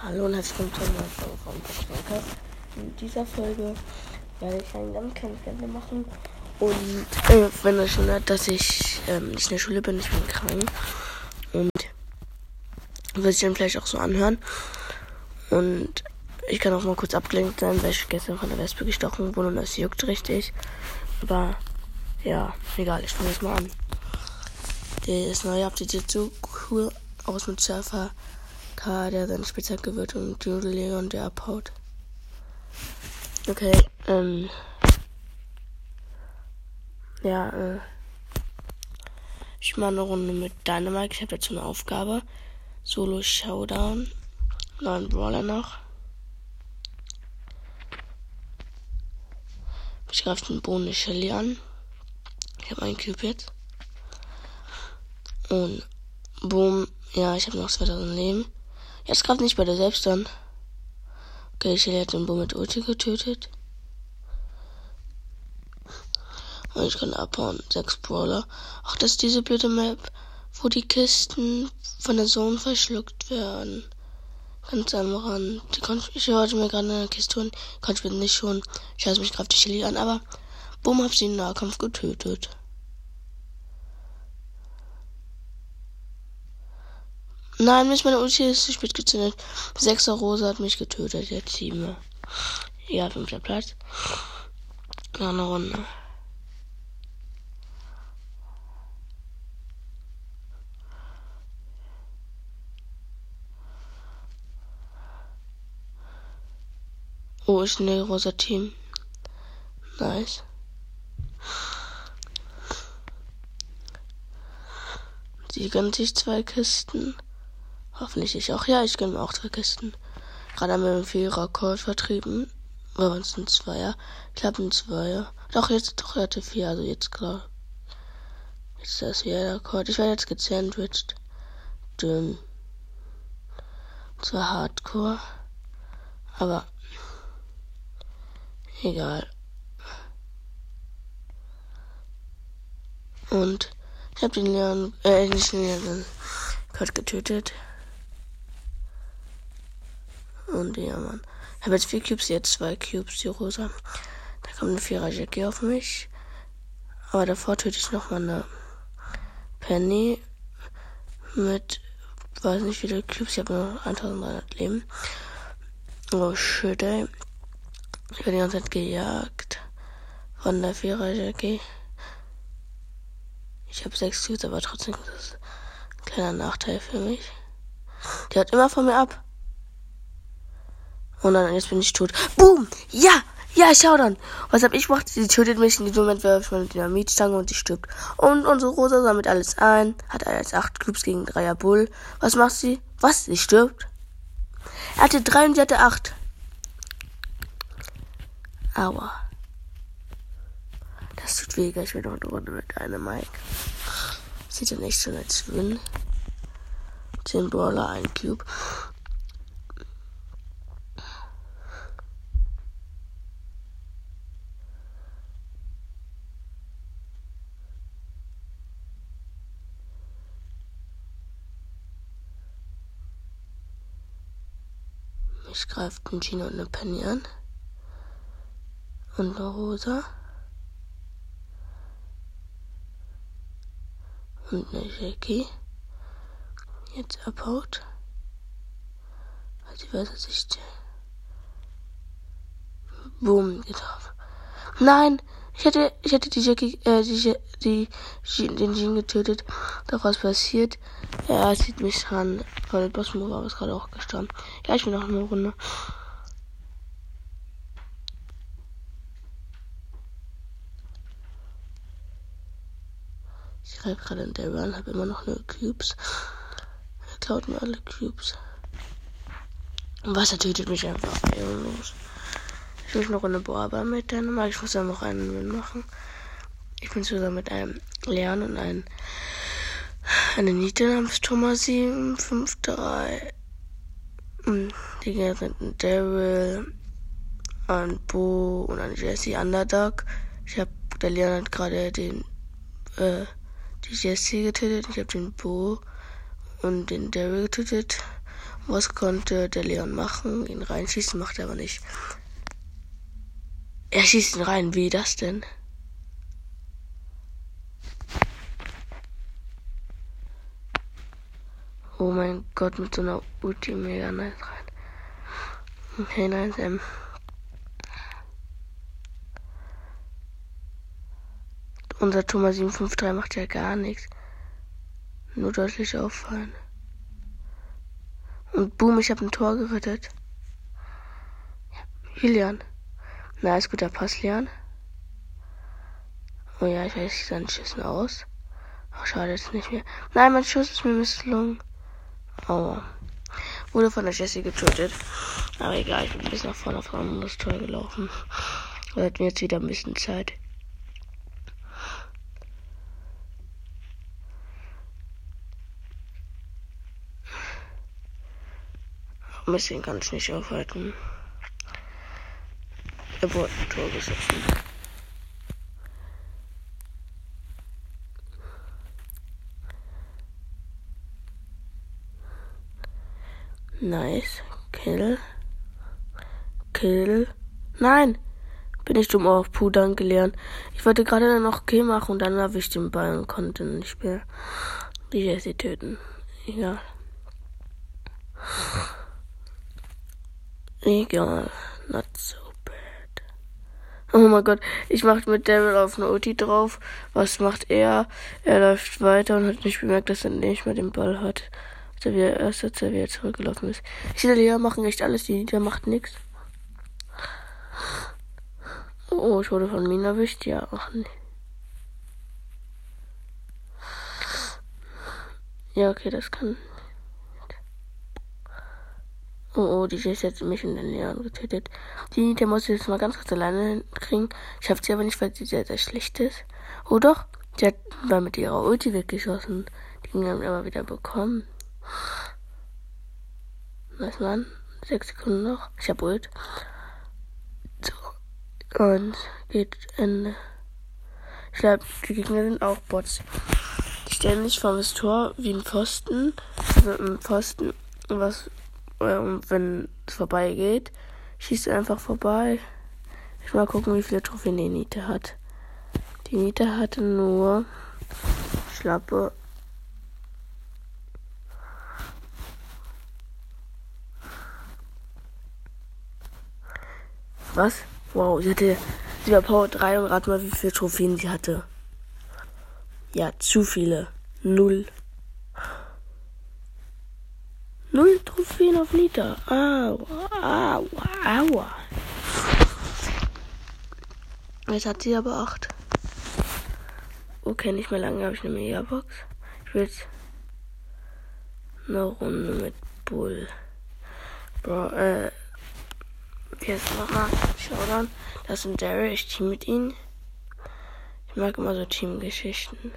Hallo und herzlich willkommen zu einer neuen Folge von Podcast. In dieser Folge werde ich ein ganz kleines Ende machen. Und wenn ihr schon hört, dass ich nicht in der Schule bin, ich bin krank. Und wird sich dann vielleicht auch so anhören. Und ich kann auch mal kurz abgelenkt sein, weil ich gestern von der Wespe gestochen wurde und das juckt richtig. Aber ja, egal, ich fange jetzt mal an. Das neue Update sieht so cool aus mit Surfer K, der seine Spitzhacke wird, und Jude Leon, der abhaut. Okay, ich mache eine Runde mit Dynamite. Ich habe dazu eine Aufgabe. Solo Showdown. 9 Brawler noch. Ich greife den Bohnen Shelly an. Ich habe einen Cube jetzt. Und boom. Ja, ich habe noch 2000 Leben. Jetzt greift nicht bei der selbst an. Okay, Shelly hat den Boom mit Ulti getötet. Und ich kann abhauen. 6 Brawler. Ach, das ist diese blöde Map, wo die Kisten von der Zone verschluckt werden. Ganz am Rand. Ich wollte mir gerade eine Kiste holen. Konnte ich mir nicht schon. Scheiße, mich greift die Shelly an, aber boom, hab sie im Nahkampf getötet. Nein, mich meine Ulti ist zu spät gezündet. 6er Rosa hat mich getötet, jetzt 7. Ja, 5. Platz. Noch eine Runde. Oh, ist ein rosa Team. Nice. Sie gönnt sich 2 Kisten. Hoffentlich ich auch. Ja, ich gönne mir auch 2 Kisten. Gerade haben wir einen 4er Call vertrieben. Bei uns ein 2er. Ich glaube ein 2er. Doch, er hatte 4, also jetzt klar. Jetzt ist das wieder der Call. Ich werde jetzt gesandwiched. Dünn. Zwar Hardcore. Aber egal. Und ich habe den Leon, nicht den Leon, Kurt getötet. Und ja, Mann. Ich habe jetzt 4 Cubes, jetzt 2 Cubes, die rosa. Da kommt eine 4er Jackie auf mich. Aber davor töte ich noch mal eine Penny mit, weiß nicht wie viele Cubes. Ich habe nur 1300 Leben. Oh shit, ey. Ich werde die ganze Zeit gejagt von der 4er Jackie. Ich habe 6 Cubes, aber trotzdem ist das ein kleiner Nachteil für mich. Die haut immer von mir ab. Und dann, jetzt bin ich tot. Boom! Ja! Ja, schau dann! Was hab ich gemacht? Sie tötet mich. In diesem Moment werfe ich meine Dynamitstange und sie stirbt. Und unsere Rosa sammelt alles ein. Hat jetzt 8 Cubes gegen 3er Bull. Was macht sie? Was? Sie stirbt? Er hatte 3 und sie hatte 8. Aua. Das tut weh. Ich will noch eine Runde mit einem Mike. Sieht ja nicht so als Win. 10 Brawler, 1 Cube. Ich greife den Gino und eine Penny an. Und eine Rosa. Und eine Jackie. Jetzt abhaut. Weil sie weiß, dass ich... Boom, getroffen. Nein! Ich hätte die Jackie, den Jean getötet. Doch was passiert? Er sieht mich an. Weil der Boss-Mover ist gerade auch gestorben. Ja, ich bin noch eine Runde. Ich greife gerade in der Run, habe immer noch 0 Cubes. Er klaut mir alle Cubes. Und Wasser tötet mich einfach ehrenlos. Ich will noch eine Bohrbar mit Dynamite. Ich muss ja noch einen Win machen. Ich bin zusammen mit einem Leon und eine Nita namens Thomas 753. Die Gegner sind ein Daryl, ein Bo und ein Jesse Underdog. Der Leon hat gerade die Jesse getötet. Ich habe den Bo und den Daryl getötet. Was konnte der Leon machen? Ihn reinschießen, macht er aber nicht. Er schießt ihn rein. Wie das denn? Oh mein Gott, mit so einer Ulti mega nice rein. Okay, nice, Unser Thomas 753 macht ja gar nichts. Nur deutlich auffallen. Und boom, ich habe ein Tor gerettet. Julian. Nice, guter Pass, Lian. Oh ja, ich weiß seinen Schüssen aus. Ach, schade, jetzt nicht mehr. Nein, mein Schuss ist mir misslungen. Aua. Wurde von der Jessie getötet. Aber egal, ich bin bis nach vorne auf ein anderes Tor gelaufen. Wir hatten jetzt wieder ein bisschen Zeit. Ein bisschen kann ich nicht aufhalten. Er wurde ein Tor geschossen. Nice. Kill. Nein! Bin ich dumm auf. Puh, danke, Leon. Ich wollte gerade dann noch Kill machen und dann habe ich den Ball und konnte nicht mehr die Jessie töten. Egal. Egal. Not so bad. Oh mein Gott. Ich mache mit Daryl auf eine Ulti drauf. Was macht er? Er läuft weiter und hat nicht bemerkt, dass er nicht mehr den Ball hat. Als er wieder zurückgelaufen ist. Ich sehe, die Lea machen echt alles. Die macht nichts. Oh, ich wurde von Mina erwischt. Ja, ach nee. Ja, okay, das kann. Oh, die Jessie hat mich und den Leon getötet. Die Nita muss ich jetzt mal ganz kurz alleine kriegen. Schafft sie aber nicht, weil sie sehr, sehr schlecht ist. Oh doch, sie hat mal mit ihrer Ulti weggeschossen. Die haben wir aber wieder bekommen. Was, Mann? 6 Sekunden noch. Ich hab Ult. So. Und geht Ende. Ich glaube, die Gegner sind auch Bots. Die stellen sich vor das Tor wie ein Pfosten. Also ein Pfosten, was... Und wenn es vorbeigeht, schießt er einfach vorbei. Ich mal gucken, wie viele Trophäen die Nita hat. Die Nita hatte nur schlappe. Was? Wow, sie war Power 3 und rat mal, wie viele Trophäen sie hatte. Ja, zu viele. 0 Trophäen auf Nita. Aua. Jetzt hat sie aber 8. Okay, nicht mehr lange habe ich eine Megabox. Ich will jetzt eine Runde mit Bull. Bro, jetzt nochmal Showdown. Das sind Daryl, ich team mit ihnen. Ich mag immer so Teamgeschichten.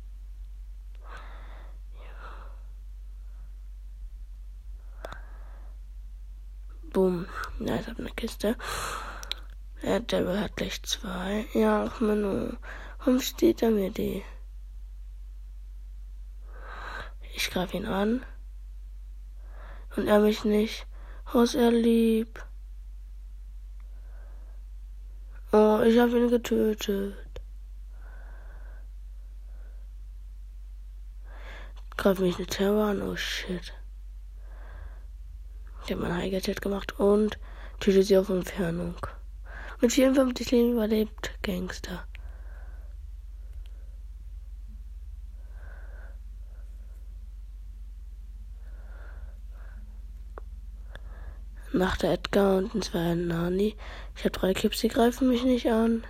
Boom. Ja, ich habe eine Kiste. Der Daryl hat gleich 2. Ja, ach Manu. Warum steht er mir die? Ich greife ihn an. Und er mich nicht. Oh, ist er lieb. Oh, ich habe ihn getötet. Greift mich eine Terror an. Oh, shit. Ich habe meinen High-Chat gemacht und tötet sie auf Entfernung. Mit 54 Leben überlebt Gangster. Nach der Edgar und ein 2 Nani. Ich habe 3 Clips, die greifen mich nicht an.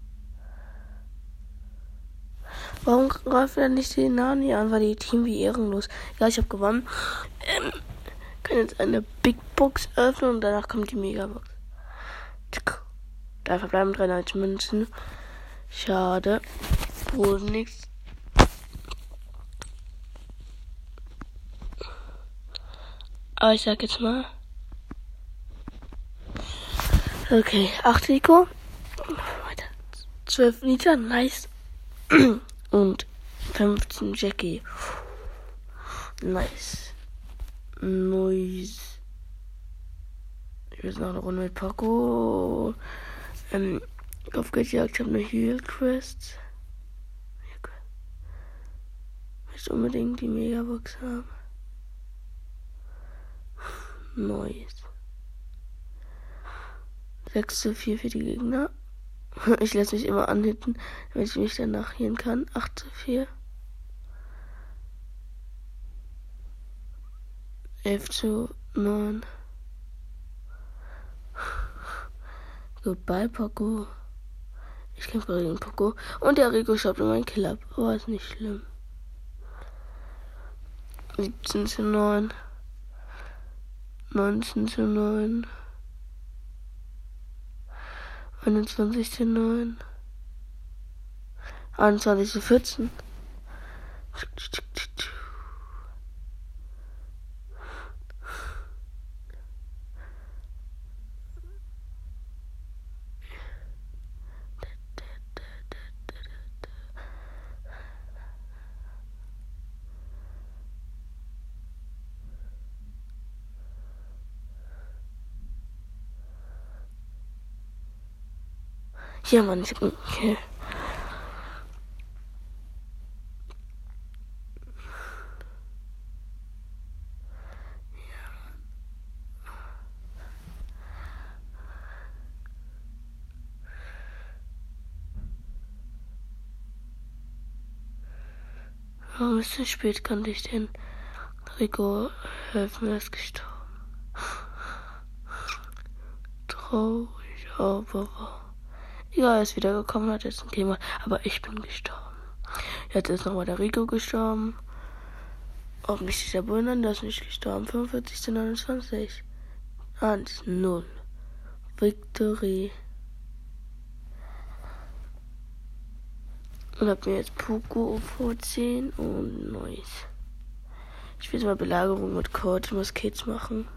Warum greift er nicht die Nani an? War die Team wie ehrenlos. Ja, ich habe gewonnen. Kann jetzt eine Big Box öffnen und danach kommt die Megabox. Da verbleiben 93 Münzen. Schade. Wohl nichts. Aber ich sag jetzt mal. Okay, 8 Rico. Weiter. 12 Nita, nice. Und 15 Jackie. Nice. Noise. Ich will jetzt noch eine Runde mit Paco. Kopfgeldjagd, ich habe eine Heal Quest. Ich möchte unbedingt die Megabox haben. Noise. 6:4 für die Gegner. Ich lasse mich immer anhitten, damit ich mich danach healen kann. 8:4. 11:9. Goodbye, Poco. Ich kämpfe gegen Poco. Und der Rico schaut in meinen Kill ab. Aber ist nicht schlimm. 17:9. 19:9. 21:9. 21:14. Ja, Mann, ich hab einen Kill. Warum ist es spät? Konnte ich den Rico helfen? Er ist gestorben. Traurig, aber ja, er ist wiedergekommen, hat jetzt ein Thema, aber ich bin gestorben. Jetzt ist nochmal der Rico gestorben. Hoffentlich ist der Bullen, der ist nicht gestorben. 45:29. 1:0. Victory. Und hab mir jetzt Poco vorziehen und Neues. Ich will jetzt mal Belagerung mit Cord Muskets machen.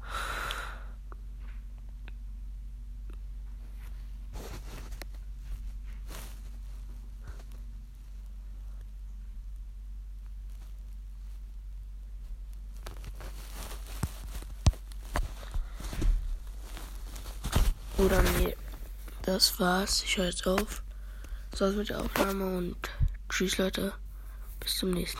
Oder nee, das war's. Ich höre jetzt auf. Das war's mit der Aufnahme und tschüss Leute. Bis zum nächsten Mal.